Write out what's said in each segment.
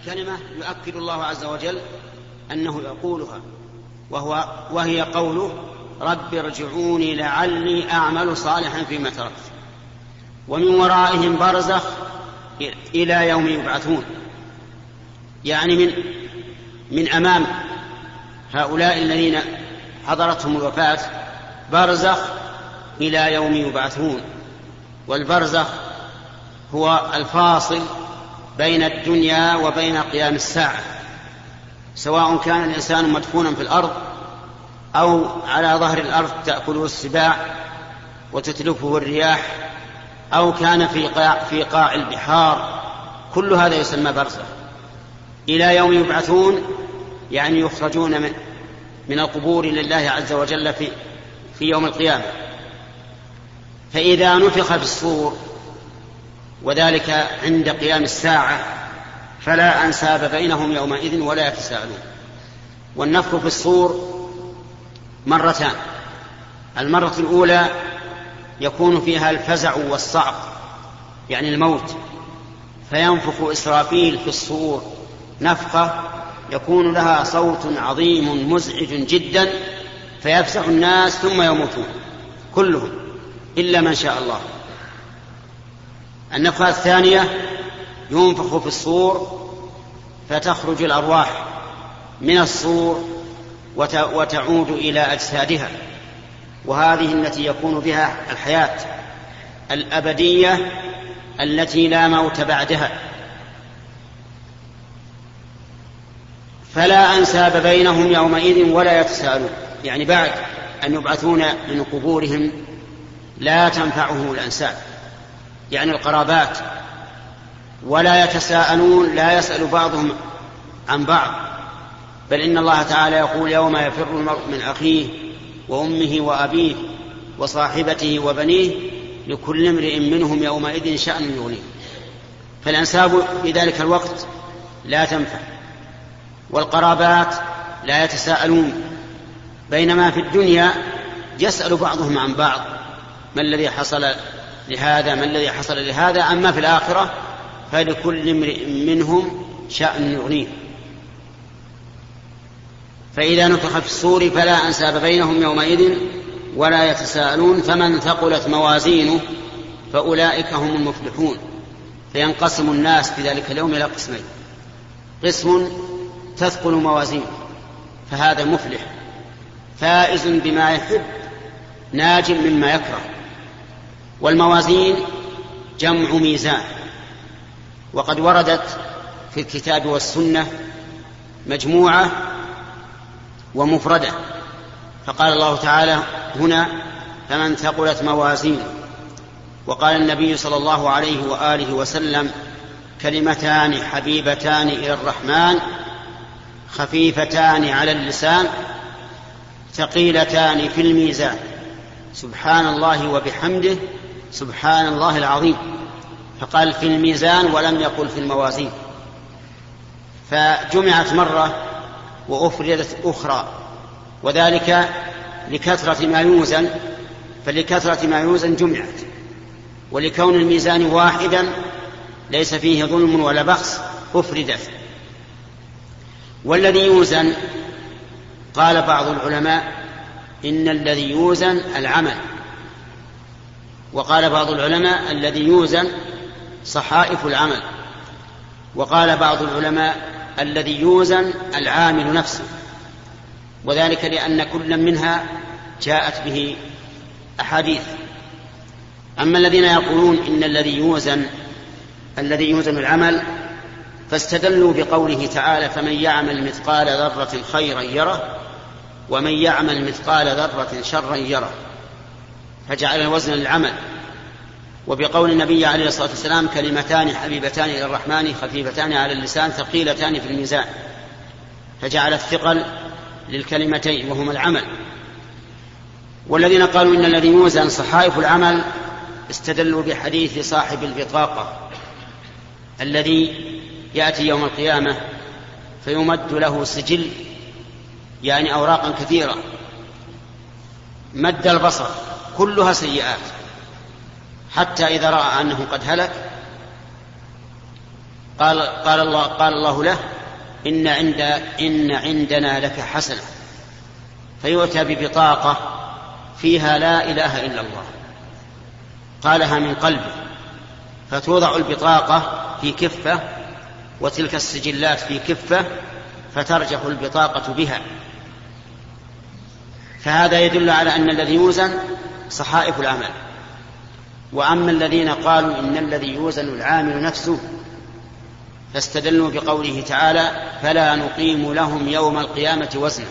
كلمة يؤكد الله عز وجل أنه يقولها، وهي قوله رب ارجعوني لعلي أعمل صالحا فيما تركت. ومن ورائهم برزخ إلى يوم يبعثون، يعني من أمام هؤلاء الذين حضرتهم الوفاة برزخ إلى يوم يبعثون. والبرزخ هو الفاصل بين الدنيا وبين قيام الساعة، سواء كان الإنسان مدفونا في الأرض أو على ظهر الأرض تأكله السباع وتتلفه الرياح، أو كان في قاع البحار، كل هذا يسمى برزخ. إلى يوم يبعثون يعني يخرجون من القبور لله عز وجل في يوم القيامة. فإذا نفخ في الصور، وذلك عند قيام الساعة، فلا أنساب بينهم يومئذ ولا يتساءلون. والنفخ في الصور مرتان: المرة الأولى يكون فيها الفزع والصعق، يعني الموت، فينفخ إسرافيل في الصور نفخة يكون لها صوت عظيم مزعج جدا، فيفزع الناس ثم يموتون كلهم إلا من شاء الله. النفخة الثانية ينفخ في الصور فتخرج الأرواح من الصور وتعود إلى أجسادها، وهذه التي يكون بها الحياة الأبدية التي لا موت بعدها. فلا أنساب بينهم يومئذ ولا يتساءلون، يعني بعد أن يبعثون من قبورهم لا تنفعهم الأنساب، يعني القرابات، ولا يتساءلون، لا يسأل بعضهم عن بعض، بل إن الله تعالى يقول يوم يفر المرء من أخيه وأمه وأبيه وصاحبته وبنيه لكل امرئ منهم يومئذ شأن يغنيه. فالأنساب في ذلك الوقت لا تنفع، والقرابات لا يتساءلون، بينما في الدنيا يسأل بعضهم عن بعض: ما الذي حصل لهذا، ما الذي حصل لهذا. أما في الآخرة فلكل امرئ منهم شأن يغنيه. فإذا نفخ في الصور فلا أنساب بينهم يومئذ ولا يتساءلون. فمن ثقلت موازينه فأولئك هم المفلحون. فينقسم الناس في ذلك اليوم إلى قسمين: قسم تثقل موازينه فهذا مفلح فائز بما يحب ناج مما يكره. والموازين جمع ميزان، وقد وردت في الكتاب والسنة مجموعة ومفردة. فقال الله تعالى هنا: فمن ثقلت موازينه. وقال النبي صلى الله عليه وآله وسلم: كلمتان حبيبتان إلى الرحمن خفيفتان على اللسان ثقيلتان في الميزان سبحان الله وبحمده سبحان الله العظيم. فقال في الميزان ولم يقل في الموازين، فجمعت مرة وأفردت أخرى، وذلك لكثرة ما يوزن، فلكثرة ما يوزن جمعت، ولكون الميزان واحدا ليس فيه ظلم ولا بخس أفردت. والذي يوزن قال بعض العلماء إن الذي يوزن العمل، وقال بعض العلماء الذي يوزن صحائف العمل، وقال بعض العلماء الذي يوزن العامل نفسه، وذلك لأن كل منها جاءت به أحاديث. أما الذين يقولون إن الذي يوزن العمل فاستدلوا بقوله تعالى: فمن يعمل مثقال ذرة خيرا يره ومن يعمل مثقال ذرة شرا يره، فجعل الوزن للعمل. وبقول النبي عليه الصلاة والسلام: كلمتان حبيبتان إلى الرحمن خفيفتان على اللسان ثقيلتان في الميزان، فجعل الثقل للكلمتين وهما العمل. والذين قالوا إن الذي يوزن صحائف العمل استدلوا بحديث صاحب البطاقة الذي يأتي يوم القيامة فيمد له سجل، يعني أوراقا كثيرة مد البصر كلها سيئات، حتى إذا رأى أنه قد هلك قال الله له: إن عندنا لك حسنة. فيؤتى ببطاقة فيها لا إله إلا الله، قالها من قلبه، فتوضع البطاقة في كفة وتلك السجلات في كفة، فترجح البطاقة بها. فهذا يدل على أن الذي يوزن صحائف العمل. وأما الذين قالوا إن الذي يوزن العامل نفسه فاستدلوا بقوله تعالى: فلا نقيم لهم يوم القيامة وزنا،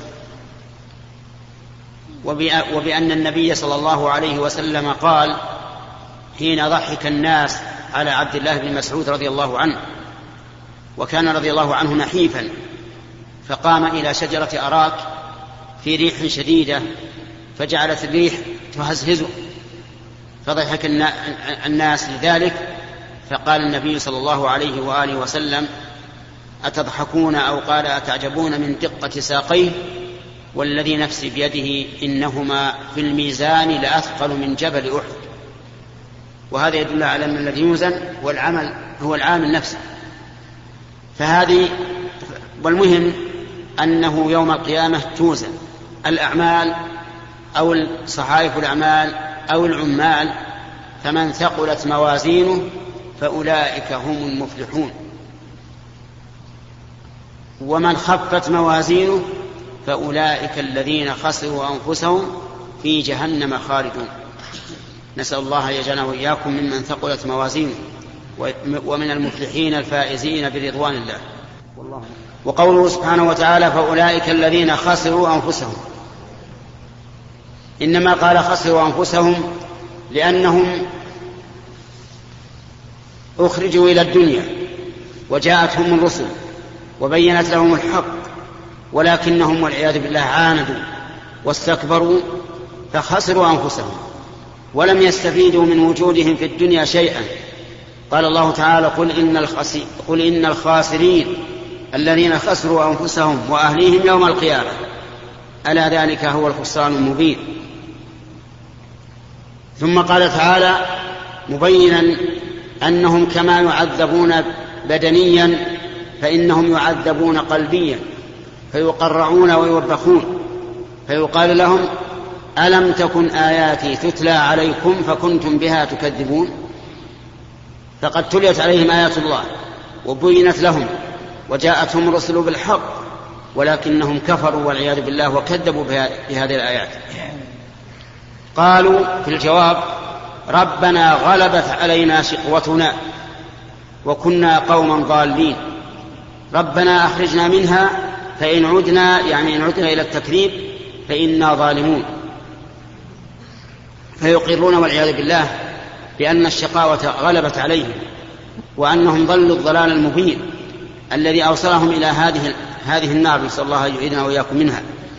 وبأن النبي صلى الله عليه وسلم قال حين ضحك الناس على عبد الله بن مسعود رضي الله عنه، وكان رضي الله عنه نحيفا، فقام إلى شجرة أراك في ريح شديدة فجعلت الريح تهزهزه، فضحك الناس لذلك، فقال النبي صلى الله عليه وآله وسلم: أتضحكون أو قال أتعجبون من دقة ساقيه، والذي نفسي بيده إنهما في الميزان لأثقل من جبل أحد. وهذا يدل على أن الذي يوزن والعمل هو العامل نفسه. والمهم أنه يوم القيامة توزن الأعمال أو صحائف الأعمال أو العمال، فمن ثقلت موازينه فأولئك هم المفلحون، ومن خفت موازينه فأولئك الذين خسروا أنفسهم في جهنم خالدون. نسأل الله يجعلنا وإياكم ممن ثقلت موازينه ومن المفلحين الفائزين برضوان الله. وقوله سبحانه وتعالى: فأولئك الذين خسروا أنفسهم، إنما قال خسروا أنفسهم لأنهم أخرجوا إلى الدنيا وجاءتهم الرسل وبينت لهم الحق، ولكنهم والعياذ بالله عاندوا واستكبروا فخسروا أنفسهم ولم يستفيدوا من وجودهم في الدنيا شيئا. قال الله تعالى: قل إن الخاسرين الذين خسروا أنفسهم وأهليهم يوم القيامة، ألا ذلك هو الخسران المبين. ثم قال تعالى مبينا أنهم كما يعذبون بدنيا فإنهم يعذبون قلبيا، فيقرعون ويوبخون، فيقال لهم: ألم تكن آياتي تتلى عليكم فكنتم بها تكذبون؟ فقد تليت عليهم آيات الله وبينت لهم وجاءتهم الرسل بالحق، ولكنهم كفروا والعياذ بالله وكذبوا بهذه الآيات. قالوا في الجواب: ربنا غلبت علينا شقوتنا وكنا قوما ضالين، ربنا أخرجنا منها فإن عدنا، يعني إن عدنا إلى التكذيب فإنا ظالمون. فيقرون والعياذ بالله بأن الشقاوة غلبت عليهم وأنهم ضلوا الضلال المبين الذي أوصلهم إلى هذه النار، نسأل الله أن يعيذنا وإياكم منها.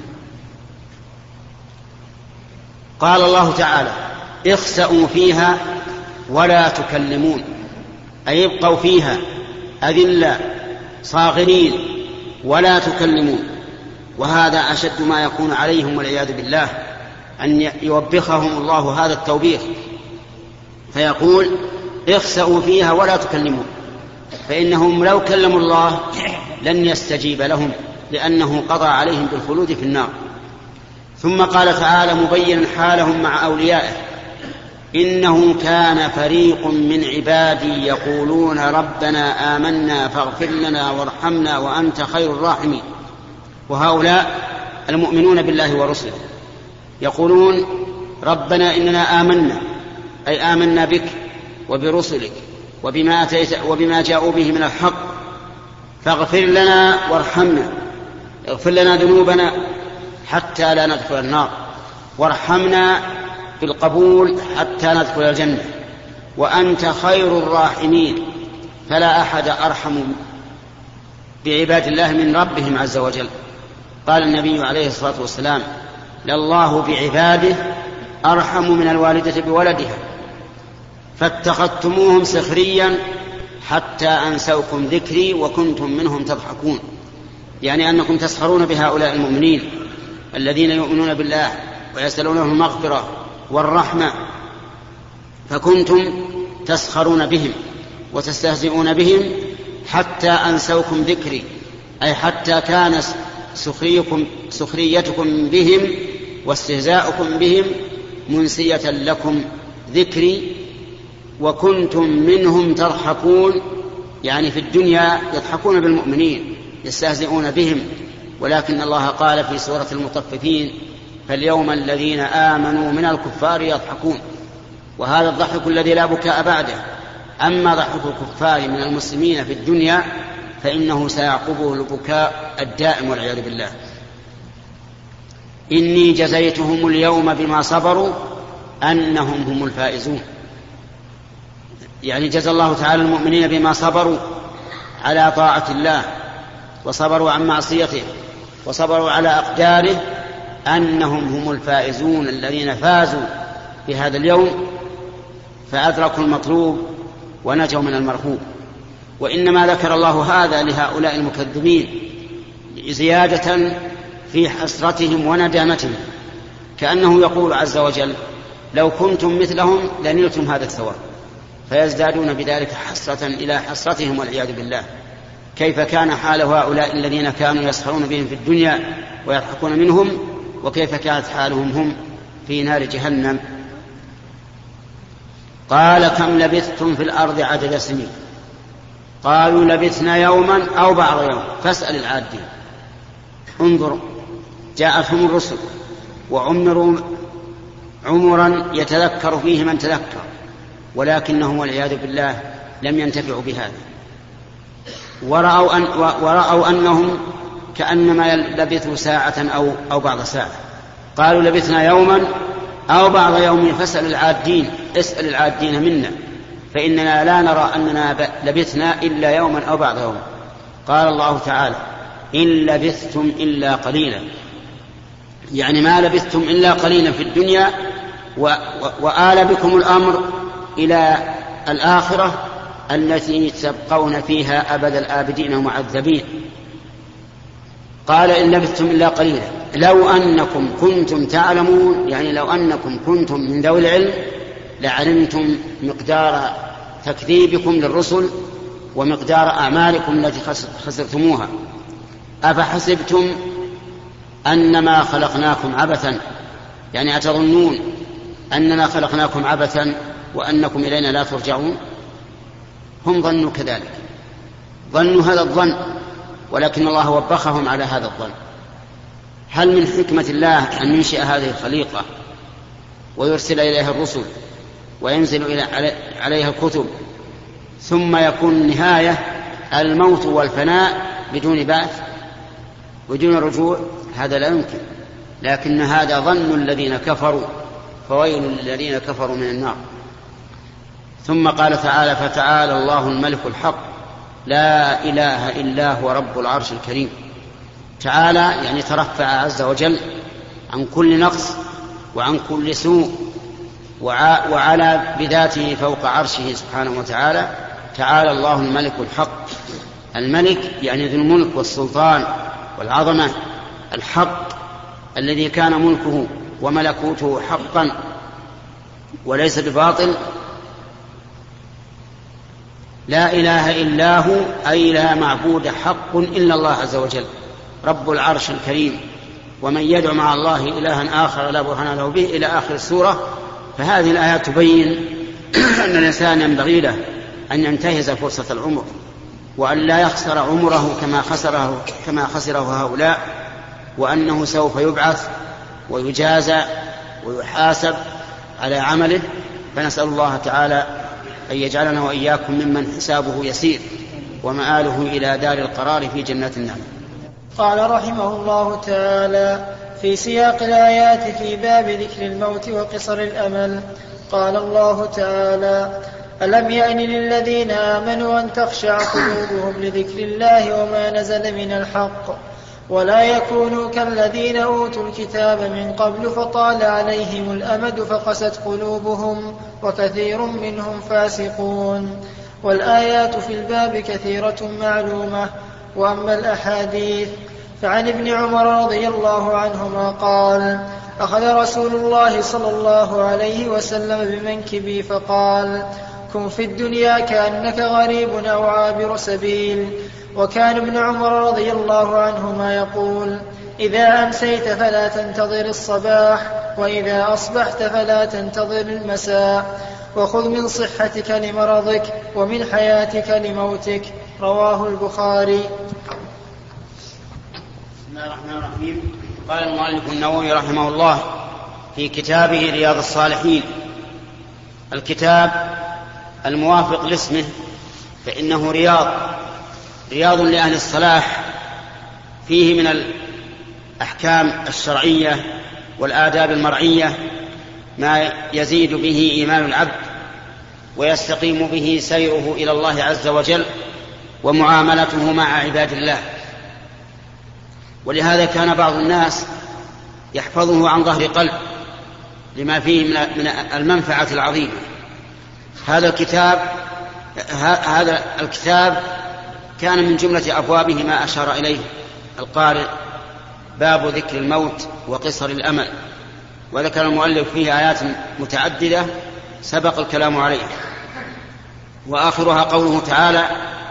قال الله تعالى: اخسأوا فيها ولا تكلمون، أي ابقوا فيها أذلة صاغرين ولا تكلمون. وهذا أشد ما يكون عليهم والعياذ بالله، أن يوبخهم الله هذا التوبيخ، فيقول: اخسأوا فيها ولا تكلمون، فإنهم لو كلموا الله لن يستجيب لهم، لأنه قضى عليهم بالخلود في النار. ثم قال تعالى مبينا حالهم مع أوليائه: إنه كان فريق من عبادي يقولون ربنا آمنا فاغفر لنا وارحمنا وأنت خير الراحمين. وهؤلاء المؤمنون بالله ورسله يقولون: ربنا إننا آمنا، أي آمنا بك وبرسلك وبما جاءوا به من الحق، فاغفر لنا وارحمنا، اغفر لنا ذنوبنا حتى لا ندخل النار، وارحمنا بالقبول حتى ندخل الجنة، وأنت خير الراحمين. فلا أحد أرحم بعباد الله من ربهم عز وجل. قال النبي عليه الصلاة والسلام: لله بعباده أرحم من الوالدة بولدها، فاتخذتموهم سخريا حتى أنسوكم ذكري وكنتم منهم تضحكون. يعني أنكم تسخرون بهؤلاء المؤمنين الذين يؤمنون بالله ويسألونه المغفرة والرحمة، فكنتم تسخرون بهم وتستهزئون بهم حتى أنسوكم ذكري، أي حتى كان سخريتكم بهم واستهزاؤكم بهم منسية لكم ذكري، وكنتم منهم تضحكون، يعني في الدنيا يضحكون بالمؤمنين يستهزئون بهم، ولكن الله قال في سورة المطففين: فاليوم الذين آمنوا من الكفار يضحكون. وهذا الضحك الذي لا بكاء بعده. أما ضحك الكفار من المسلمين في الدنيا فإنه سيعقبه البكاء الدائم والعياذ بالله. إني جزيتهم اليوم بما صبروا أنهم هم الفائزون، يعني جزى الله تعالى المؤمنين بما صبروا على طاعة الله وصبروا عن معصيته وصبروا على أقداره أنهم هم الفائزون الذين فازوا في هذا اليوم فأدركوا المطلوب ونجوا من المرهوب. وإنما ذكر الله هذا لهؤلاء المكذبين زيادة في حسرتهم وندامتهم، كأنه يقول عز وجل: لو كنتم مثلهم لنلتم هذا الثواب، فيزدادون بذلك حسرة إلى حسرتهم والعياذ بالله. كيف كان حال هؤلاء الذين كانوا يسخرون بهم في الدنيا ويضحكون منهم، وكيف كانت حالهم هم في نار جهنم. قال: كم لبثتم في الأرض عدد سنين؟ قالوا: لبثنا يوما أو بعض يوم فاسأل العادين. انظروا، جاءتهم الرسل وعمروا عمرا يتذكر فيه من تذكر، ولكنهم والعياذ بالله لم ينتفعوا بهذا، ورأوا أنهم كأنما لبثوا ساعة أو بعض ساعة. قالوا: لبثنا يوما أو بعض يوم فاسأل العادين، اسأل العادين منا، فإننا لا نرى أننا لبثنا إلا يوما أو بعض يوم. قال الله تعالى: إن لبثتم إلا قليلا، يعني ما لبثتم إلا قليلا في الدنيا، وآل بكم الأمر إلى الآخرة التي تبقون فيها أبد الآبدين ومعذبين. قال: إن لبثتم إلا قليلا. لو أنكم كنتم تعلمون، يعني لو أنكم كنتم من ذوي العلم لعلمتم مقدار تكذيبكم للرسل ومقدار أعمالكم التي خسرتموها. أفحسبتم أنما خلقناكم عبثا، يعني أتظنون أننا خلقناكم عبثا وأنكم إلينا لا ترجعون؟ هم ظنوا كذلك، ظنوا هذا الظن، ولكن الله وبخهم على هذا الظن. هل من حكمة الله أن ينشئ هذه الخليقة ويرسل إليها الرسل وينزل عليها الكتب ثم يكون النهاية الموت والفناء بدون بعث بدون رجوع؟ هذا لا يمكن، لكن هذا ظن الذين كفروا، فويل للذين كفروا من النار. ثم قال تعالى: فتعالى الله الملك الحق لا إله إلا هو رب العرش الكريم. تعالى يعني ترفع عز وجل عن كل نقص وعن كل سوء، وعلى بذاته فوق عرشه سبحانه وتعالى. تعالى الله الملك الحق. الملك يعني ذو الملك والسلطان والعظمة، الحق الذي كان ملكه وملكوته حقا وليس بباطل. لا إله إلا هو، أي لا معبود حق إلا الله عز وجل رب العرش الكريم. ومن يدعو مع الله إلها آخر لا برهان له به إلى آخر السورة. فهذه الآيات تبين أن الإنسان ينبغي له أن ينتهز فرصة العمر وأن لا يخسر عمره كما خسره هؤلاء، وأنه سوف يبعث ويجازى ويحاسب على عمله. فنسأل الله تعالى أن يجعلنا وإياكم ممن حسابه يسير ومآله إلى دار القرار في جنات النعيم. قال رحمه الله تعالى: في سياق الآيات في باب ذكر الموت وقصر الأمل، قال الله تعالى: ألم يأن للذين آمنوا أن تخشع قلوبهم لذكر الله وما نزل من الحق ولا يكونوا كالذين أوتوا الكتاب من قبل فطال عليهم الأمد فقست قلوبهم وكثير منهم فاسقون. والآيات في الباب كثيرة معلومة. وأما الأحاديث فعن ابن عمر رضي الله عنهما قال: أخذ رسول الله صلى الله عليه وسلم بمنكبي فقال: كن في الدنيا كأنك غريب أو عابر سبيل. وكان ابن عمر رضي الله عنهما يقول: إذا أمسيت فلا تنتظر الصباح، وإذا أصبحت فلا تنتظر المساء، وخذ من صحتك لمرضك ومن حياتك لموتك. رواه البخاري. بسم الله الرحمن الرحيم. قال المؤلف النووي رحمه الله في كتابه رياض الصالحين، الكتاب الموافق لاسمه، فإنه رياض لأهل الصلاح، فيه من الأحكام الشرعية والآداب المرعية ما يزيد به إيمان العبد ويستقيم به سيره إلى الله عز وجل ومعاملته مع عباد الله. ولهذا كان بعض الناس يحفظه عن ظهر قلب لما فيه من المنفعة العظيمة. هذا الكتاب كان من جملة أبوابه ما أشار إليه القارئ: باب ذكر الموت وقصر الأمل. وذكر المؤلف فيه آيات متعددة سبق الكلام عليها، وآخرها قوله تعالى: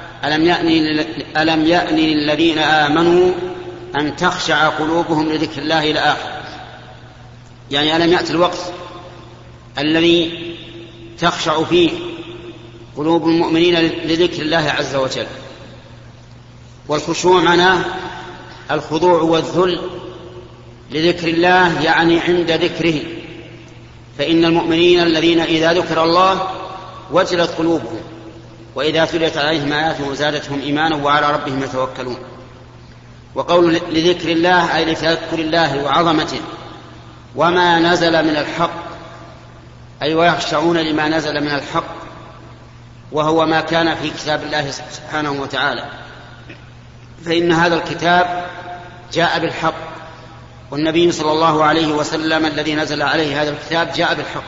ألم يأن للذين آمنوا أن تخشع قلوبهم لذكر الله إلى آخر. يعني ألم يأتي الوقت الذي تخشع فيه قلوب المؤمنين لذكر الله عز وجل. والخشوع معناه الخضوع والذل لذكر الله، يعني عند ذكره. فإن المؤمنين الذين إذا ذكر الله وجلت قلوبهم، وإذا تليت عليهم آياته زادتهم إيمانا وعلى ربهم يتوكلون. وقول لذكر الله أي لتذكر الله وعظمته وما نزل من الحق، أي ويخشعون لما نزل من الحق، وهو ما كان في كتاب الله سبحانه وتعالى. فإن هذا الكتاب جاء بالحق، والنبي صلى الله عليه وسلم الذي نزل عليه هذا الكتاب جاء بالحق.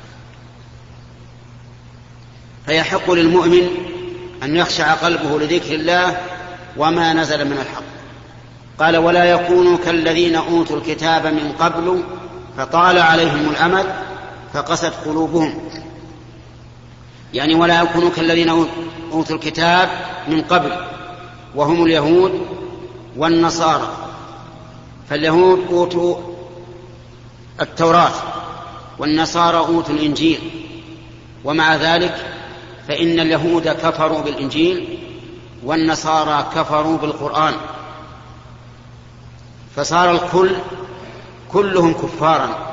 فيحق للمؤمن أن يخشع قلبه لذكر الله وما نزل من الحق. قال: ولا يكونوا كالذين أوتوا الكتاب من قبل فطال عليهم الأمد فقست قلوبهم. يعني ولا يكونوا كالذين أوتوا الكتاب من قبل، وهم اليهود والنصارى. فاليهود أوتوا التوراة والنصارى أوتوا الإنجيل، ومع ذلك فإن اليهود كفروا بالإنجيل والنصارى كفروا بالقرآن، فصار الكل كلهم كفارا.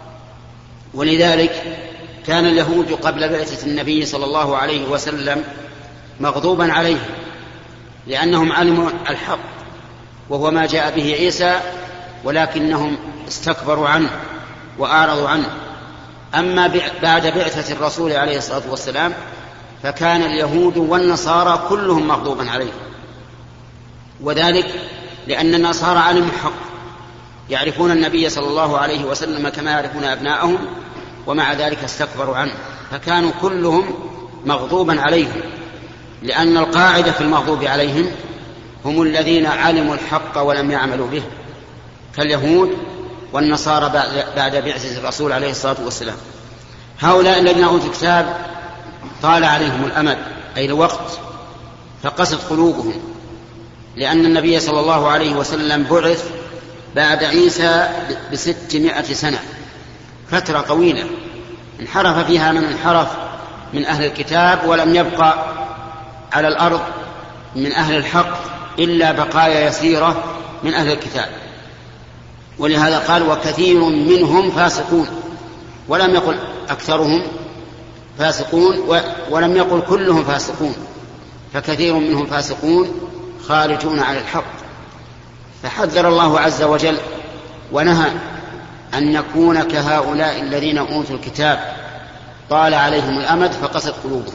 ولذلك كان اليهود قبل بعثة النبي صلى الله عليه وسلم مغضوبا عليهم، لأنهم علموا الحق وهو ما جاء به عيسى، ولكنهم استكبروا عنه وأعرضوا عنه. أما بعد بعثة الرسول عليه الصلاة والسلام فكان اليهود والنصارى كلهم مغضوبا عليهم، وذلك لأن النصارى علموا الحق، يعرفون النبي صلى الله عليه وسلم كما يعرفون أبناءهم، ومع ذلك استكبروا عنه، فكانوا كلهم مغضوبا عليهم. لأن القاعدة في المغضوب عليهم هم الذين علموا الحق ولم يعملوا به، كاليهود والنصارى بعد بعثة الرسول عليه الصلاة والسلام. هؤلاء الذين أوتوا الكتاب طال عليهم الأمد، أي الوقت، فقست قلوبهم، لأن النبي صلى الله عليه وسلم بعث بعد عيسى ب600 سنة، فترة طويلة انحرف فيها من انحرف من أهل الكتاب، ولم يبقى على الأرض من أهل الحق إلا بقايا يسيرة من أهل الكتاب. ولهذا قال: وكثير منهم فاسقون، ولم يقل أكثرهم فاسقون، ولم يقل كلهم فاسقون، فكثير منهم فاسقون خارجون عن الحق. فحذر الله عز وجل ونهى أن نكون كهؤلاء الذين أوتوا الكتاب طال عليهم الأمد فقست قلوبهم.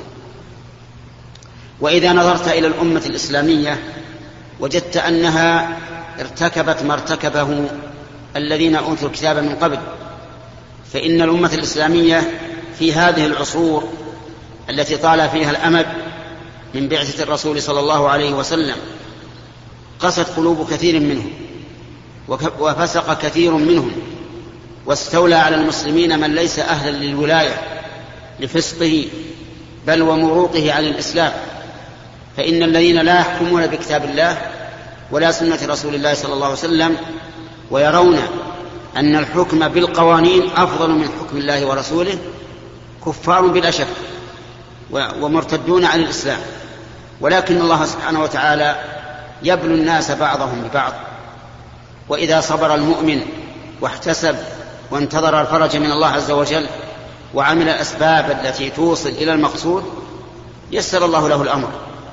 وإذا نظرت إلى الأمة الإسلامية وجدت أنها ارتكبت ما ارتكبه الذين أوتوا الكتاب من قبل، فإن الأمة الإسلامية في هذه العصور التي طال فيها الأمد من بعثة الرسول صلى الله عليه وسلم قست قلوب كثير منهم، وفسق كثير منهم، واستولى على المسلمين من ليس أهلا للولاية لفسقه بل ومروقه عن الإسلام. فإن الذين لا يحكمون بكتاب الله ولا سنة رسول الله صلى الله عليه وسلم ويرون أن الحكم بالقوانين أفضل من حكم الله ورسوله كفار بلا شك ومرتدون عن الإسلام. ولكن الله سبحانه وتعالى يبلو الناس بعضهم ببعض، وإذا صبر المؤمن واحتسب وانتظر الفرج من الله عز وجل وعمل الأسباب التي توصل إلى المقصود يسر الله له الأمر.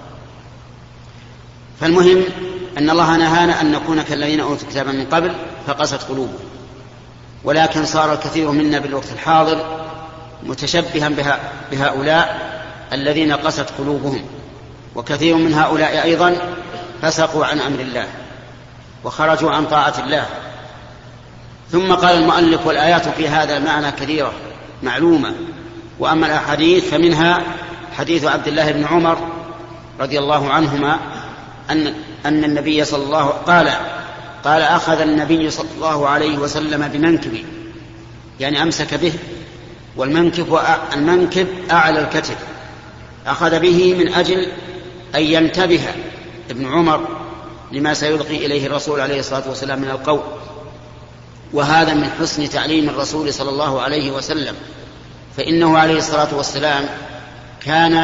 فالمهم أن الله نهانا أن نكون كالذين أوتوا الكتاب من قبل فقست قلوبهم، ولكن صار الكثير منا بالوقت الحاضر متشبها بهؤلاء الذين قست قلوبهم، وكثير من هؤلاء أيضا فسقوا عن أمر الله وخرجوا عن طاعة الله. ثم قال المؤلف: والآيات في هذا المعنى كثيرة معلومة، وأما الأحاديث فمنها حديث عبد الله بن عمر رضي الله عنهما أن النبي صلى الله قال أخذ النبي صلى الله عليه وسلم بمنكبي، يعني أمسك به، والمنكب أعلى الكتف، أخذ به من أجل أن ينتبه ابن عمر لما سيلقي إليه الرسول عليه الصلاة والسلام من القول. وهذا من حسن تعليم الرسول صلى الله عليه وسلم، فإنه عليه الصلاة والسلام كان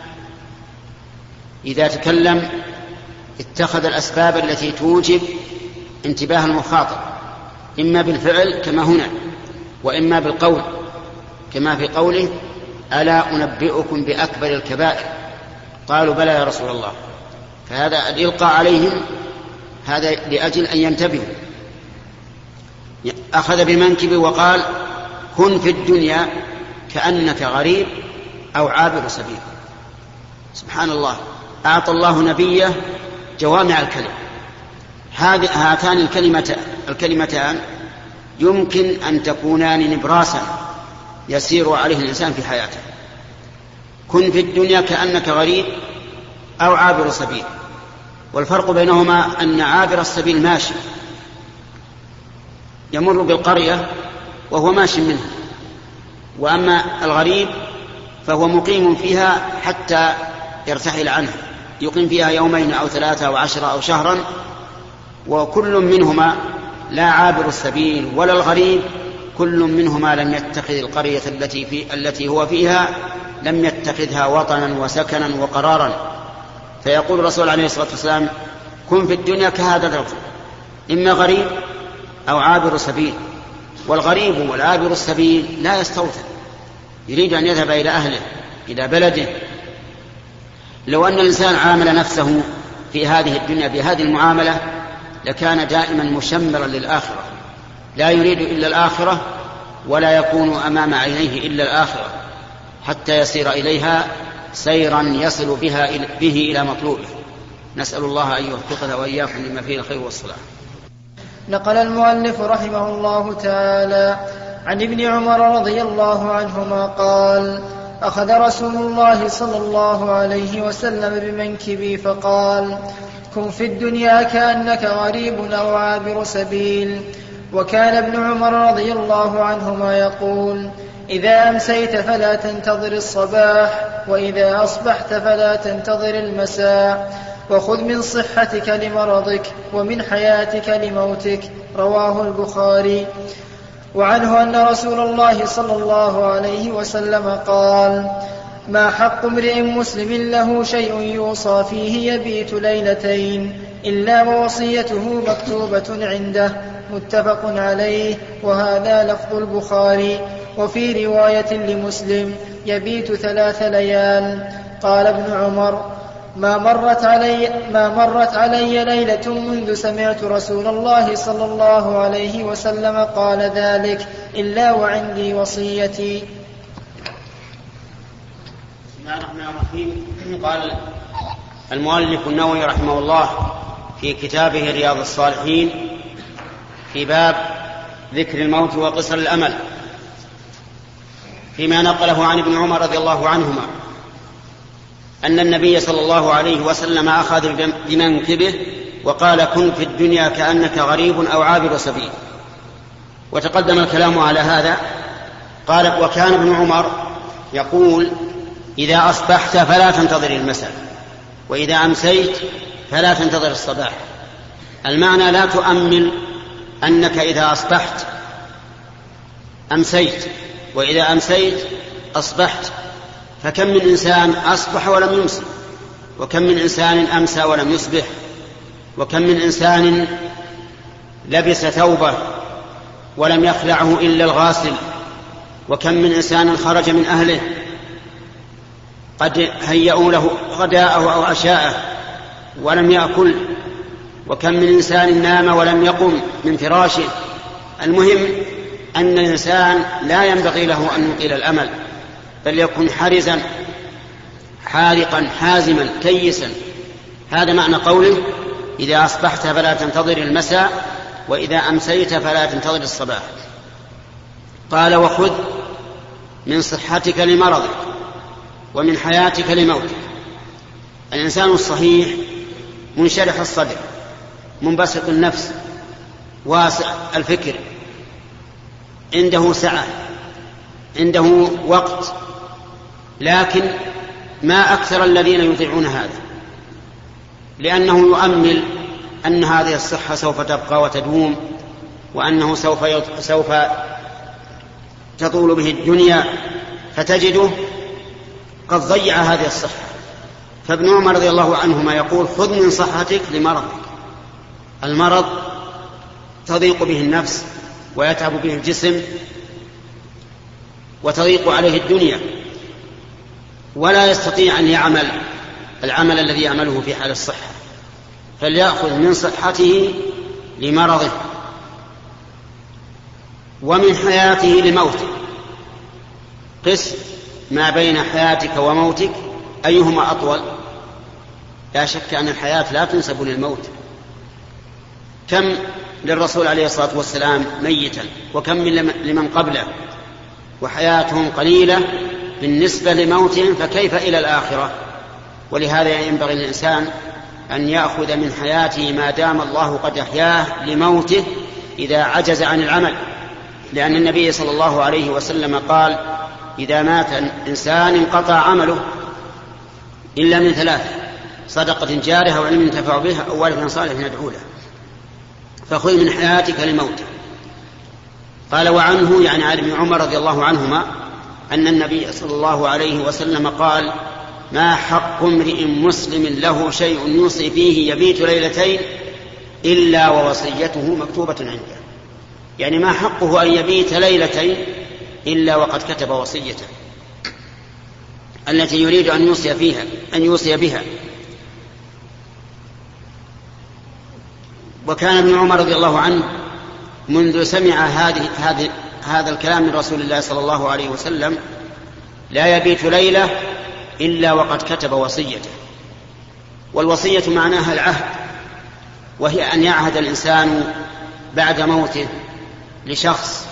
إذا تكلم اتخذ الأسباب التي توجب انتباه المخاطب، إما بالفعل كما هنا، وإما بالقول كما في قوله: ألا أنبئكم بأكبر الكبائر؟ قالوا: بلى يا رسول الله. فهذا الإلقاء عليهم هذا لأجل أن ينتبهوا. أخذ بمنكبه وقال: كن في الدنيا كأنك غريب أو عابر سبيل. سبحان الله، أعطى الله نبيه جوامع الكلم. هاتان الكلمتان يمكن أن تكونان نبراسا يسير عليه الإنسان في حياته. كن في الدنيا كأنك غريب أو عابر سبيل، والفرق بينهما أن عابر السبيل ماشي يمر بالقرية وهو ماشي منها، وأما الغريب فهو مقيم فيها حتى يرتحل عنها، يقيم فيها يومين أو 3 أو 10 أو شهرا، وكل منهما لا عابر السبيل ولا الغريب، كل منهما لم يتخذ القرية التي هو فيها لم يتخذها وطنا وسكنا وقرارا. فيقول الرسول عليه الصلاة والسلام: كن في الدنيا كهذا الرجل، إما غريب أو عابر سبيل. والغريب والعابر السبيل لا يستوطن، يريد أن يذهب إلى أهله إلى بلده. لو أن الإنسان عامل نفسه في هذه الدنيا بهذه المعاملة لكان دائما مشمرا للآخرة، لا يريد إلا الآخرة ولا يكون أمام عينيه إلا الآخرة، حتى يسير إليها سيرا يصل به إلى مطلوبه. نسأل الله أن يوفقنا وإياكم لما فيه الخير والصلاح. نقل المؤلف رحمه الله تعالى عن ابن عمر رضي الله عنهما قال: أخذ رسول الله صلى الله عليه وسلم بمنكبي فقال: كن في الدنيا كأنك غريب أو عابر سبيل. وكان ابن عمر رضي الله عنهما يقول: إذا أمسيت فلا تنتظر الصباح، وإذا أصبحت فلا تنتظر المساء، وخذ من صحتك لمرضك ومن حياتك لموتك. رواه البخاري. وعنه أن رسول الله صلى الله عليه وسلم قال: ما حق امرئ مسلم له شيء يوصى فيه يبيت ليلتين إلا ووصيته مكتوبة عنده. متفق عليه، وهذا لفظ البخاري. وفي رواية لمسلم: يبيت 3 ليال. قال ابن عمر: ما مرت علي ليلة منذ سمعت رسول الله صلى الله عليه وسلم قال ذلك إلا وعندي وصيتي. بسم الله الرحمن الرحيم. قال المؤلف النووي رحمه الله في كتابه رياض الصالحين في باب ذكر الموت وقصر الأمل، فيما نقله عن ابن عمر رضي الله عنهما أن النبي صلى الله عليه وسلم أخذ بمنكبه وقال: كن في الدنيا كأنك غريب أو عابر سبيل. وتقدم الكلام على هذا. قال: وكان ابن عمر يقول: إذا أصبحت فلا تنتظر المساء، وإذا أمسيت فلا تنتظر الصباح. المعنى لا تؤمل أنك إذا أصبحت أمسيت، وإذا أمسيت أصبحت. فكم من إنسان أصبح ولم يمسي، وكم من إنسان أمسى ولم يصبح، وكم من إنسان لبس ثوبه ولم يخلعه إلا الغاسل، وكم من إنسان خرج من أهله قد هيئوا له غداءه أو عشاءه ولم يأكل، وكم من إنسان نام ولم يقم من فراشه. المهم أن الإنسان لا ينبغي له أن يطيل الأمل، بل يكون حرزا حارقا حازما كيسا. هذا معنى قوله إذا أصبحت فلا تنتظر المساء، وإذا أمسيت فلا تنتظر الصباح. قال وخذ من صحتك لمرضك ومن حياتك لموتك. الإنسان الصحيح منشرح الصدر، منبسط النفس، واسع الفكر، عنده سعة، عنده وقت، لكن ما أكثر الذين يطيعون هذا، لأنه يؤمل أن هذه الصحة سوف تبقى وتدوم، وأنه سوف تطول به الدنيا، فتجده قد ضيع هذه الصحة. فابن عمر رضي الله عنهما يقول خذ من صحتك لمرضك. المرض تضيق به النفس ويتعب به الجسم وتضيق عليه الدنيا، ولا يستطيع أن يعمل العمل الذي يعمله في حال الصحة، فليأخذ من صحته لمرضه ومن حياته لموته. قس ما بين حياتك وموتك أيهما أطول. لا شك أن الحياة لا تنسب للموت. كم للرسول عليه الصلاة والسلام ميتا، وكم من لمن قبله، وحياتهم قليلة بالنسبة لموتهم، فكيف إلى الآخرة؟ ولهذا ينبغي للإنسان أن يأخذ من حياته ما دام الله قد أحياه لموته إذا عجز عن العمل، لأن النبي صلى الله عليه وسلم قال إذا مات إنسان انقطع عمله إلا من ثلاث: صدقة جارية أو علم ينتفع بها أو ولد صالح يدعو له. فخذ من حياتك لموته. قال وعنه يعني عن ابن عمر رضي الله عنهما أن النبي صلى الله عليه وسلم قال ما حق امرئ مسلم له شيء يوصي فيه يبيت ليلتين إلا ووصيته مكتوبة عنده. يعني ما حقه أن يبيت ليلتين إلا وقد كتب وصيته التي يريد أن يوصي بها. وكان ابن عمر رضي الله عنه منذ سمع هذا الكلام من رسول الله صلى الله عليه وسلم لا يبيت ليلة إلا وقد كتب وصيته. والوصية معناها العهد، وهي أن يعهد الإنسان بعد موته لشخص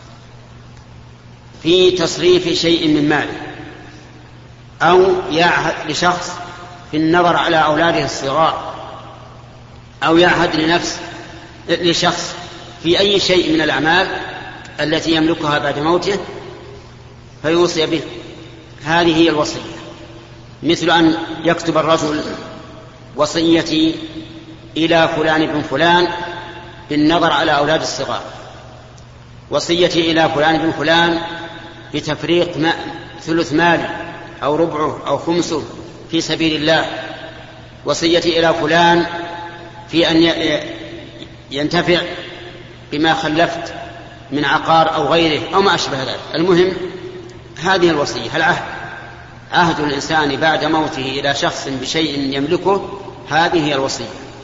في تصريف شيء من ماله، أو يعهد لشخص في النظر على أولاده الصغار، أو يعهد لشخص في أي شيء من الأعمال التي يملكها بعد موته فيوصي به. هذه هي الوصية. مثل أن يكتب الرجل وصيتي إلى فلان بن فلان بالنظر على أولاد الصغار، وصيتي إلى فلان بن فلان بتفريق ثلث ماله أو ربعه أو خمسه في سبيل الله، وصيتي إلى فلان في أن ينتفع بما خلفت من عقار أو غيره أو ما أشبه ذلك. المهم هذه الوصية، العهد، عهد الإنسان بعد موته إلى شخص بشيء يملكه، هذه هي الوصية.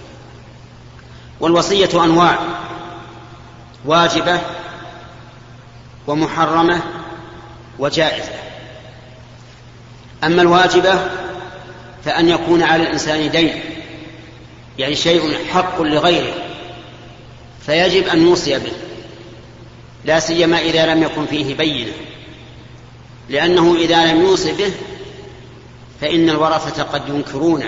والوصية أنواع: واجبة ومحرمة وجائزة. أما الواجبة فأن يكون على الإنسان دين، يعني شيء حق لغيره فيجب أن يوصي به، لا سيما إذا لم يكن فيه بينة، لأنه إذا لم يوصي به فإن الورثة قد ينكرونه،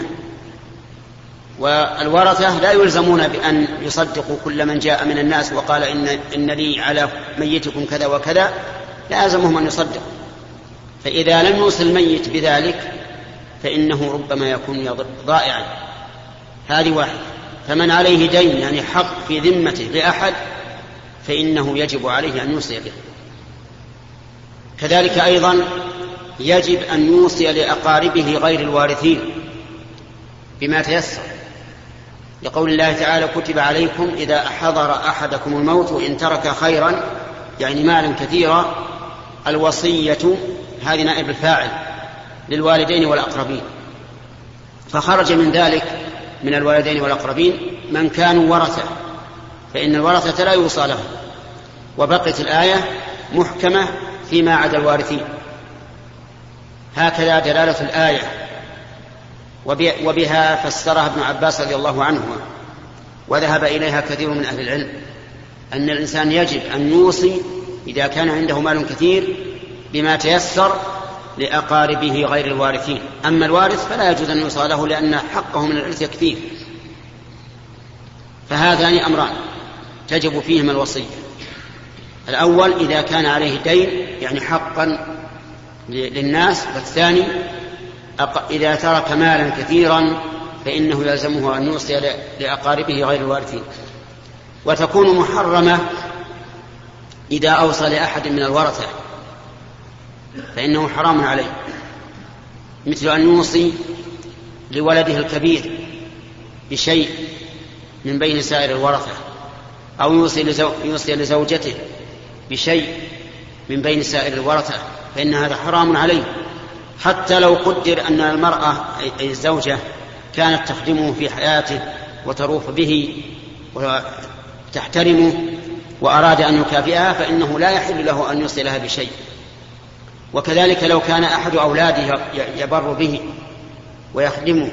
والورثة لا يلزمون بأن يصدقوا كل من جاء من الناس وقال إن لي على ميتكم كذا وكذا، لا يلزمهم أن يصدقوا، فإذا لم يوصل الميت بذلك فإنه ربما يكون ضائعا. هذه واحدة. فمن عليه دين يعني حق في ذمته لأحد فإنه يجب عليه أن يوصي به. كذلك أيضا يجب أن يوصي لأقاربه غير الوارثين بما تيسر، لقول الله تعالى: كتب عليكم إذا حضر أحدكم الموت إن ترك خيرا، يعني مالا كثيرا، الوصية، هذه نائب الفاعل، للوالدين والأقربين. فخرج من ذلك من الوالدين والأقربين من كانوا ورثة، فإن الورثة لا يوصى لهم، وبقيت الآية محكمة فيما عدا الوارثين. هكذا دلالة الآية، وبها فسرها ابن عباس رضي الله عنه، وذهب إليها كثير من أهل العلم، أن الإنسان يجب أن يوصي إذا كان عنده مال كثير بما تيسر لأقاربه غير الوارثين. أما الوارث فلا يجوز أن يوصى له، لأن حقه من الإرث كثير. فهذان أمران تجب فيهما الوصية: الأول إذا كان عليه دين يعني حقا للناس، والثاني إذا ترك مالا كثيرا فإنه يلزمه أن يوصي لأقاربه غير الوارثين. وتكون محرمة إذا أوصى لأحد من الورثة فإنه حرام عليه، مثل أن يوصي لولده الكبير بشيء من بين سائر الورثة، أو يوصي لزوجته بشيء من بين سائر الورثة، فإن هذا حرام عليه، حتى لو قدر أن المرأة أي الزوجة كانت تخدمه في حياته وتروف به وتحترمه وأراد أن يكافئها، فإنه لا يحل له أن يوصي لها بشيء. وكذلك لو كان أحد أولاده يبر به ويخدمه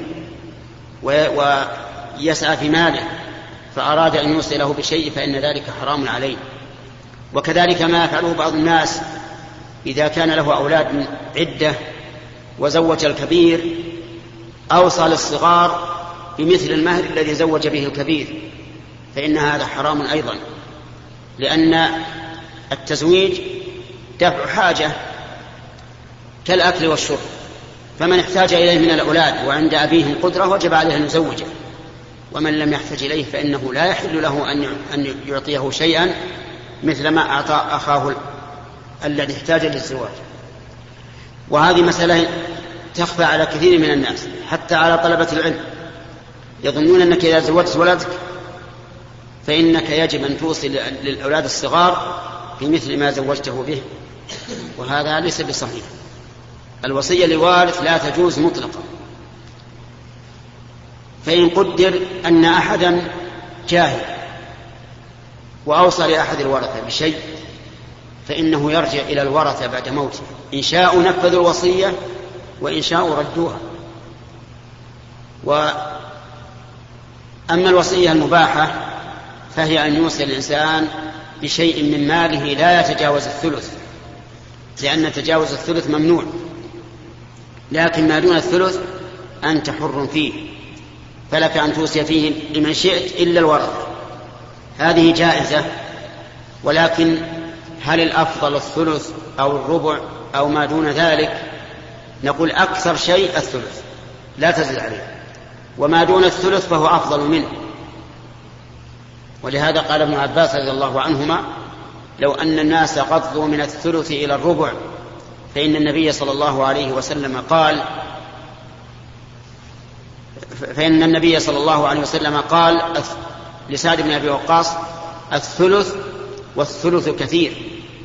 ويسعى في ماله فأراد أن يوصي له بشيء فإن ذلك حرام عليه. وكذلك ما يفعله بعض الناس إذا كان له أولاد عدة وزوج الكبير أوصى للصغار بمثل المهر الذي زوج به الكبير، فإن هذا حرام أيضا، لأن التزويج دفع حاجة كالأكل والشرب، فمن احتاج إليه من الأولاد وعند أبيهم قدرة وجب عليه أن يزوجه، ومن لم يحتج إليه فإنه لا يحل له أن يعطيه شيئا مثل ما أعطى أخاه الذي احتاج للزواج. وهذه مسألة تخفى على كثير من الناس، حتى على طلبة العلم، يظنون أنك إذا زوجت ولدك فإنك يجب أن توصي للأولاد الصغار بمثل ما زوجته به، وهذا ليس بصحيح. الوصية لوارث لا تجوز مطلقا. فإن قدر أن أحدا جاهل وأوصى لأحد الورثة بشيء فإنه يرجع إلى الورثة بعد موته، إن شاءوا نفذوا الوصية وإن شاءوا ردوها. وأما الوصية المباحة فهي أن يوصي الإنسان بشيء من ماله لا يتجاوز الثلث، لأن تجاوز الثلث ممنوع، لكن ما دون الثلث أنت حر فيه، فلك أن توصي فيه لمن شئت إلا الورثة، هذه جائزة. ولكن هل الأفضل الثلث أو الربع أو ما دون ذلك؟ نقول أكثر شيء الثلث لا تزل عليه، وما دون الثلث فهو أفضل منه. ولهذا قال ابن عباس رضي الله عنهما: لو أن الناس قضوا من الثلث إلى الربع فإن النبي صلى الله عليه وسلم قال لسعد بن أبي وقاص: الثلث والثلث كثير.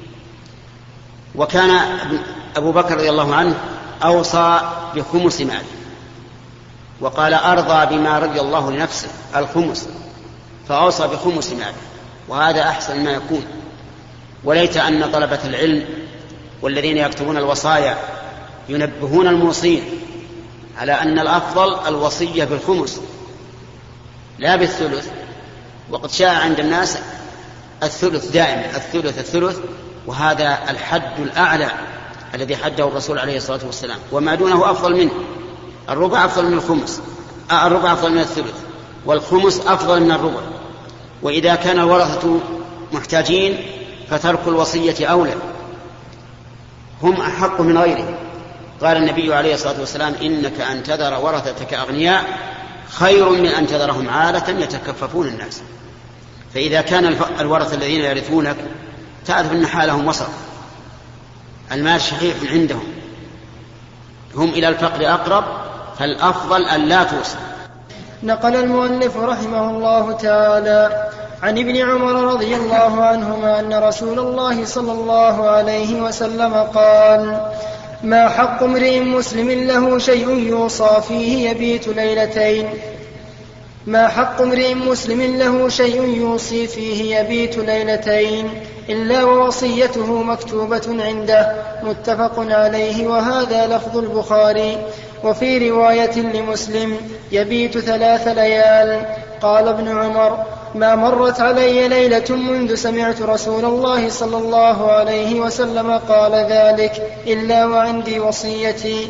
وكان أبو بكر رضي الله عنه أوصى بخمس ماله، وقال: أرضى بما رضي الله لنفسه الخمس، فأوصى بخمس ماله، وهذا أحسن ما يكون. وليت أن طلبة العلم والذين يكتبون الوصايا ينبهون الموصين على أن الأفضل الوصية بالخمس لا بالثلث. وقد شاء عند الناس الثلث دائما، الثلث، وهذا الحد الأعلى الذي حده الرسول عليه الصلاة والسلام، وما دونه أفضل منه. الربع أفضل من الخمس، الربع أفضل من الثلث، والخمس أفضل من الربع. وإذا كان الورثة محتاجين فترك الوصية أولى. هم أحق من غيرهم. قال النبي عليه الصلاة والسلام: إنك أن تذر ورثتك أغنياء خير من أن تذرهم عالة يتكففون الناس. فإذا كان الورثة الذين يرثونك تعرف أن حالهم وسط، المال شحيح عندهم، هم إلى الفقر أقرب، فالأفضل أن لا توصل. نقل المؤلف رحمه الله تعالى عن ابن عمر رضي الله عنهما أن رسول الله صلى الله عليه وسلم قال: ما حق امرئ مسلم له شيء يوصى فيه يبيت ليلتين ما حق امرئ مسلم له شيء يوصي فيه يبيت ليلتين إلا ووصيته مكتوبة عنده. متفق عليه، وهذا لفظ البخاري. وفي رواية لمسلم: يبيت 3 ليال. قال ابن عمر: ما مرت علي ليلة منذ سمعت رسول الله صلى الله عليه وسلم قال ذلك إلا وعندي وصيتي.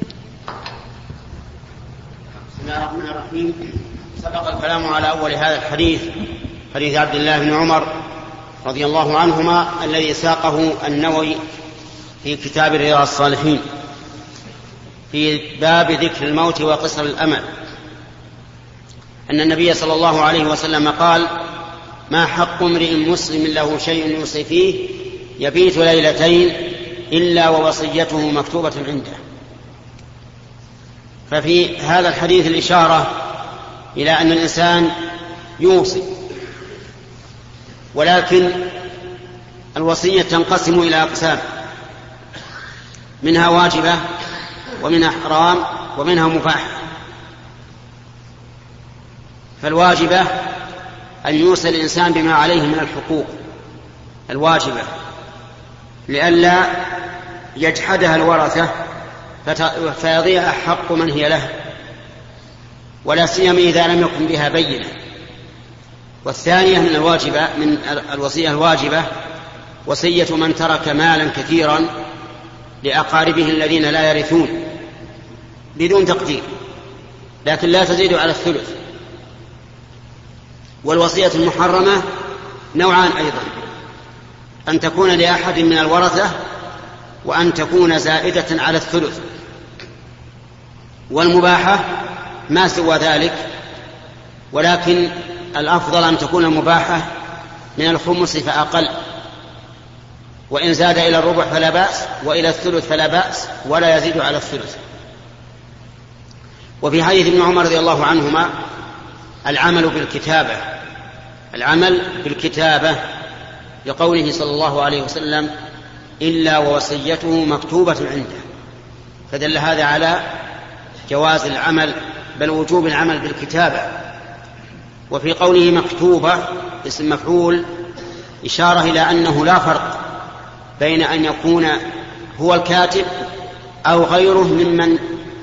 بسم الله الرحمن الرحيم. سبق الكلام على أول هذا الحديث، حديث عبد الله بن عمر رضي الله عنهما الذي ساقه النووي في كتاب رياض الصالحين في باب ذكر الموت وقصر الأمل، أن النبي صلى الله عليه وسلم قال: ما حق امرئ مسلم له شيء يوصي فيه يبيت ليلتين إلا ووصيته مكتوبة عنده. ففي هذا الحديث الإشارة إلى أن الإنسان يوصي، ولكن الوصية تنقسم إلى أقسام، منها واجبة ومنها حرام ومنها مباح. فالواجبة أن يوصي الإنسان بما عليه من الحقوق الواجبة لئلا يجحدها الورثة فيضيع حق من هي له، ولا سيما إذا لم يكن بها بينة. والثانية من الوصية الواجبة وصية من ترك مالا كثيرا لأقاربه الذين لا يرثون بدون تقدير، لكن لا تزيد على الثلث. والوصية المحرمة نوعان أيضا: أن تكون لأحد من الورثة، وأن تكون زائدة على الثلث. والمباحة ما سوى ذلك، ولكن الأفضل أن تكون المباحة من الخمس فأقل، وإن زاد إلى الربع فلا بأس، وإلى الثلث فلا بأس، ولا يزيد على الثلث. وفي حديث ابن عمر رضي الله عنهما العمل بالكتابة لقوله صلى الله عليه وسلم: إلا ووصيته مكتوبة عنده. فدل هذا على جواز العمل، بل وجوب العمل بالكتابة. وفي قوله مكتوبة اسم مفعول إشارة إلى أنه لا فرق بين أن يكون هو الكاتب أو غيره ممن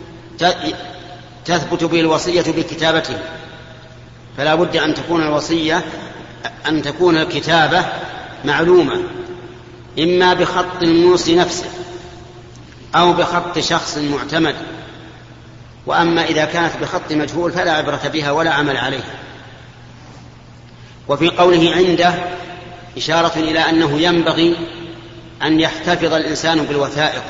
تثبت به الوصية بكتابته، فلا بد أن تكون الكتابة معلومة، إما بخط الموصي نفسه أو بخط شخص معتمد. وأما إذا كانت بخط مجهول فلا عبرة بها ولا عمل عليها. وفي قوله عنده إشارة إلى أنه ينبغي أن يحتفظ الإنسان بالوثائق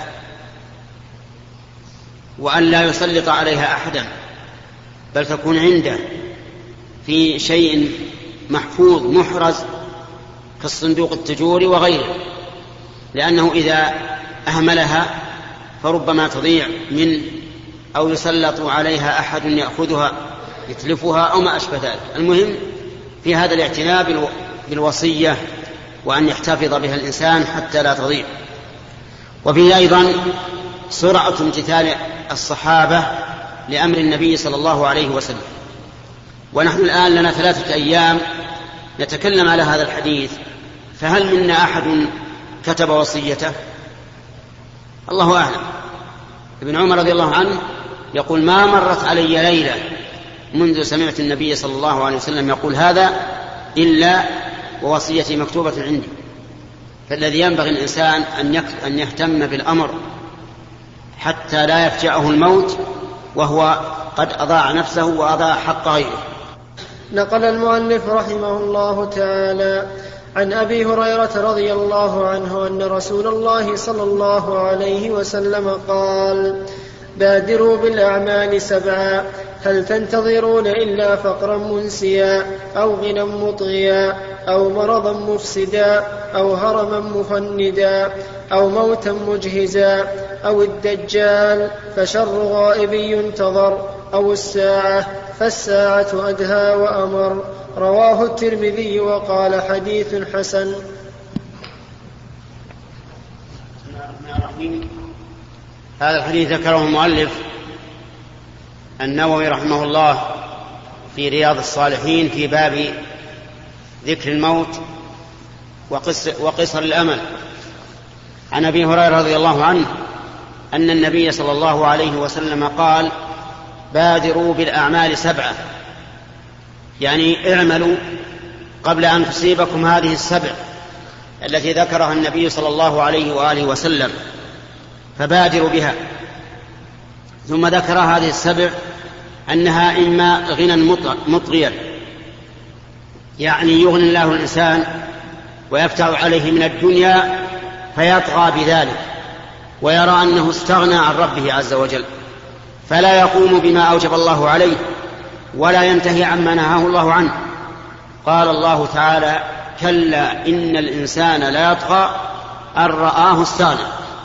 وأن لا يسلط عليها أحدا، بل تكون عنده في شيء محفوظ محرز كالصندوق التجوري وغيره، لأنه إذا أهملها فربما تضيع منه أو يسلط عليها أحد يأخذها يتلفها أو ما أشبه ذلك. المهم في هذا الاعتناء بالوصية وأن يحتفظ بها الإنسان حتى لا تضيع. وفيه أيضا سرعة امتثال الصحابة لأمر النبي صلى الله عليه وسلم. ونحن الآن لنا 3 أيام نتكلم على هذا الحديث، فهل منا أحد كتب وصيته؟ الله أعلم. ابن عمر رضي الله عنه يقول: ما مرت علي ليلة منذ سمعت النبي صلى الله عليه وسلم يقول هذا إلا ووصيتي مكتوبة عندي. فالذي ينبغي الإنسان أن يهتم بالأمر حتى لا يفجأه الموت وهو قد أضاع نفسه وأضاع حق غيره. نقل المؤلف رحمه الله تعالى عن أبي هريرة رضي الله عنه أن رسول الله صلى الله عليه وسلم قال: بادروا بالأعمال 7 هل تنتظرون إلا فقرا منسيا أو غنى مطغيا أو مرضا مفسدا أو هرما مفندا أو موتا مجهزا أو الدجال فشر غائب ينتظر أو الساعة فالساعة أدهى وأمر. رواه الترمذي وقال حديث حسن. هذا الحديث ذكره المؤلف النووي رحمه الله في رياض الصالحين في باب ذكر الموت وقصر الأمل. عن أبي هريرة رضي الله عنه أن النبي صلى الله عليه وسلم قال: بادروا بالأعمال 7 يعني اعملوا قبل أن تصيبكم هذه 7 التي ذكرها النبي صلى الله عليه وآله وسلم، فبادروا بها. ثم ذكر هذه 7 أنها إما غنى مطغيا يعني يغني الله الإنسان ويفتح عليه من الدنيا فيطغى بذلك ويرى أنه استغنى عن ربه عز وجل فلا يقوم بما أوجب الله عليه ولا ينتهي عما نهاه الله عنه. قال الله تعالى: كلا إن الإنسان لا يطغى أن رآه استغنى.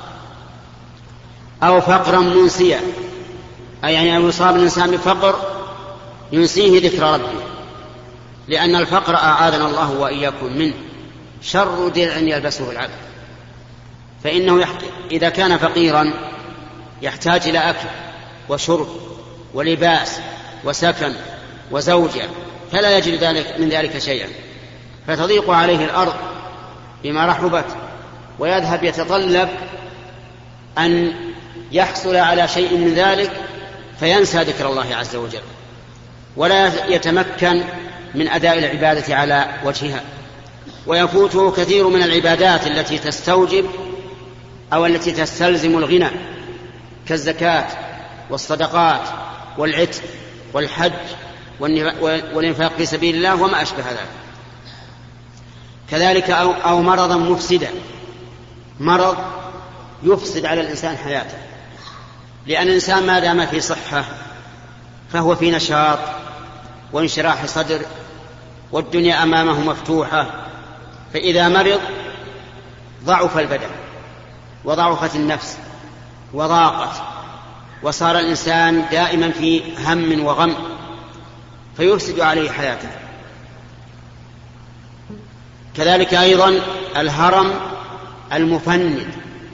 أو فقرا منسيا أي يعني أن يصاب الإنسان بفقر ينسيه ذكر ربه، لأن الفقر أعاذنا الله وإياكم منه شر درع يلبسه العبد، فإنه إذا كان فقيرا يحتاج إلى أكل وشرب ولباس وسكن وزوجة فلا يجد من ذلك شيئا، فتضيق عليه الأرض بما رحبت ويذهب يتطلب أن يحصل على شيء من ذلك فينسى ذكر الله عز وجل ولا يتمكن من أداء العبادة على وجهها، ويفوته كثير من العبادات التي تستوجب أو التي تستلزم الغنى كالزكاة والصدقات والعتق والحج والإنفاق في سبيل الله وما أشبه ذلك. كذلك أو مرضا مفسدا، مرض يفسد على الإنسان حياته، لأن الإنسان ما دام في صحة فهو في نشاط وانشراح صدر والدنيا أمامه مفتوحة، فإذا مرض ضعف البدن وضعفت النفس وضاقت وصار الإنسان دائما في هم وغم فيفسد عليه حياته. كذلك أيضا الهرم المفند،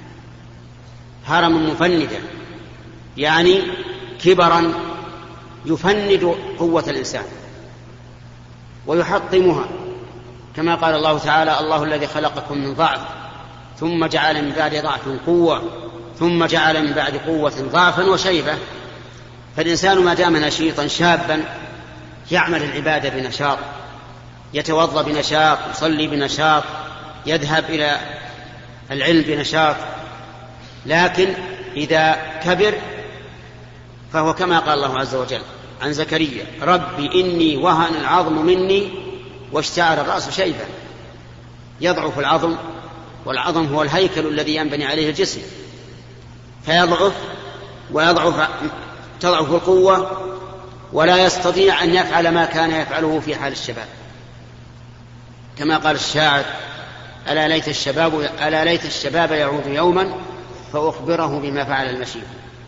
هرم مفندا يعني كبرا يفند قوة الإنسان ويحطمها، كما قال الله تعالى: الله الذي خلقكم من ضعف ثم جعل من بعد ضعف قوة ثم جعل من بعد قوة ضعفا وشيبة. فالإنسان ما دام نشيطا شابا يعمل العبادة بنشاط، يتوضأ بنشاط، يصلي بنشاط، يذهب إلى العلم بنشاط، لكن إذا كبر فهو كما قال الله عز وجل عن زكريا: ربي إني وهن العظم مني واشتعل الرأس شيبا. يضعف العظم، والعظم هو الهيكل الذي ينبني عليه الجسم، فيضعف تضعف القوة ولا يستطيع أن يفعل ما كان يفعله في حال الشباب، كما قال الشاعر: ألا ليت الشباب يعود يوما فأخبره بما فعل المشيب.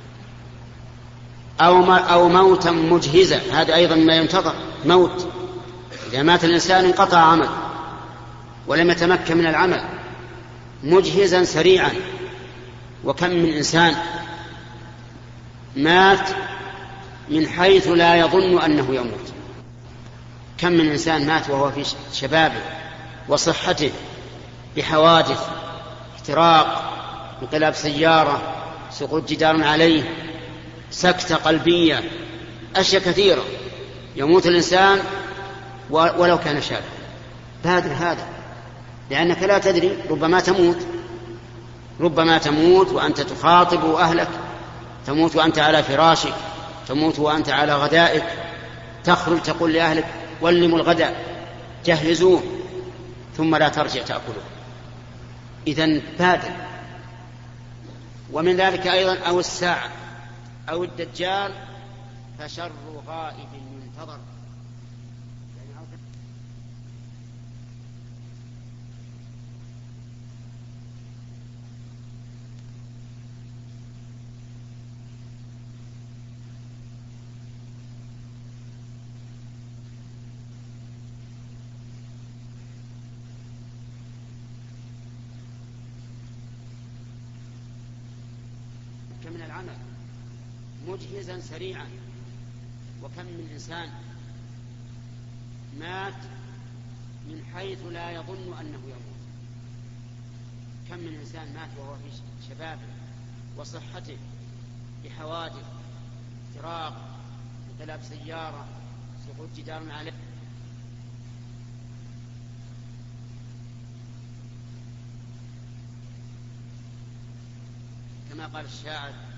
أو موتا مجهزا، هذا أيضا ما ينتظر، موت. إذا مات الإنسان انقطع عمل ولم يتمكن من العمل، مجهزا سريعا. وكم من إنسان مات من حيث لا يظن أنه يموت، كم من إنسان مات وهو في شبابه وصحته بحوادث، احتراق، انقلاب سيارة، سقوط جدار عليه، سكتة قلبية، أشياء كثيرة يموت الإنسان ولو كان شابا. بادر هذا، لأنك لا تدري، ربما تموت وأنت تخاطب أهلك، تموت وأنت على فراشك، تموت وأنت على غدائك، تخرج تقول لأهلك: ولموا الغداء، جهزوه، ثم لا ترجع تأكله. إذن بادر. ومن ذلك أيضا أو الساعة أو الدجال فشر غائب ينتظر. من العمل مجهزا سريعا. وكم من إنسان مات من حيث لا يظن أنه يموت. كم من إنسان مات وهو في شبابه وصحته بحوادث اختراق انقلاب سيارة سقوط جدار عليه. كما قال الشاعر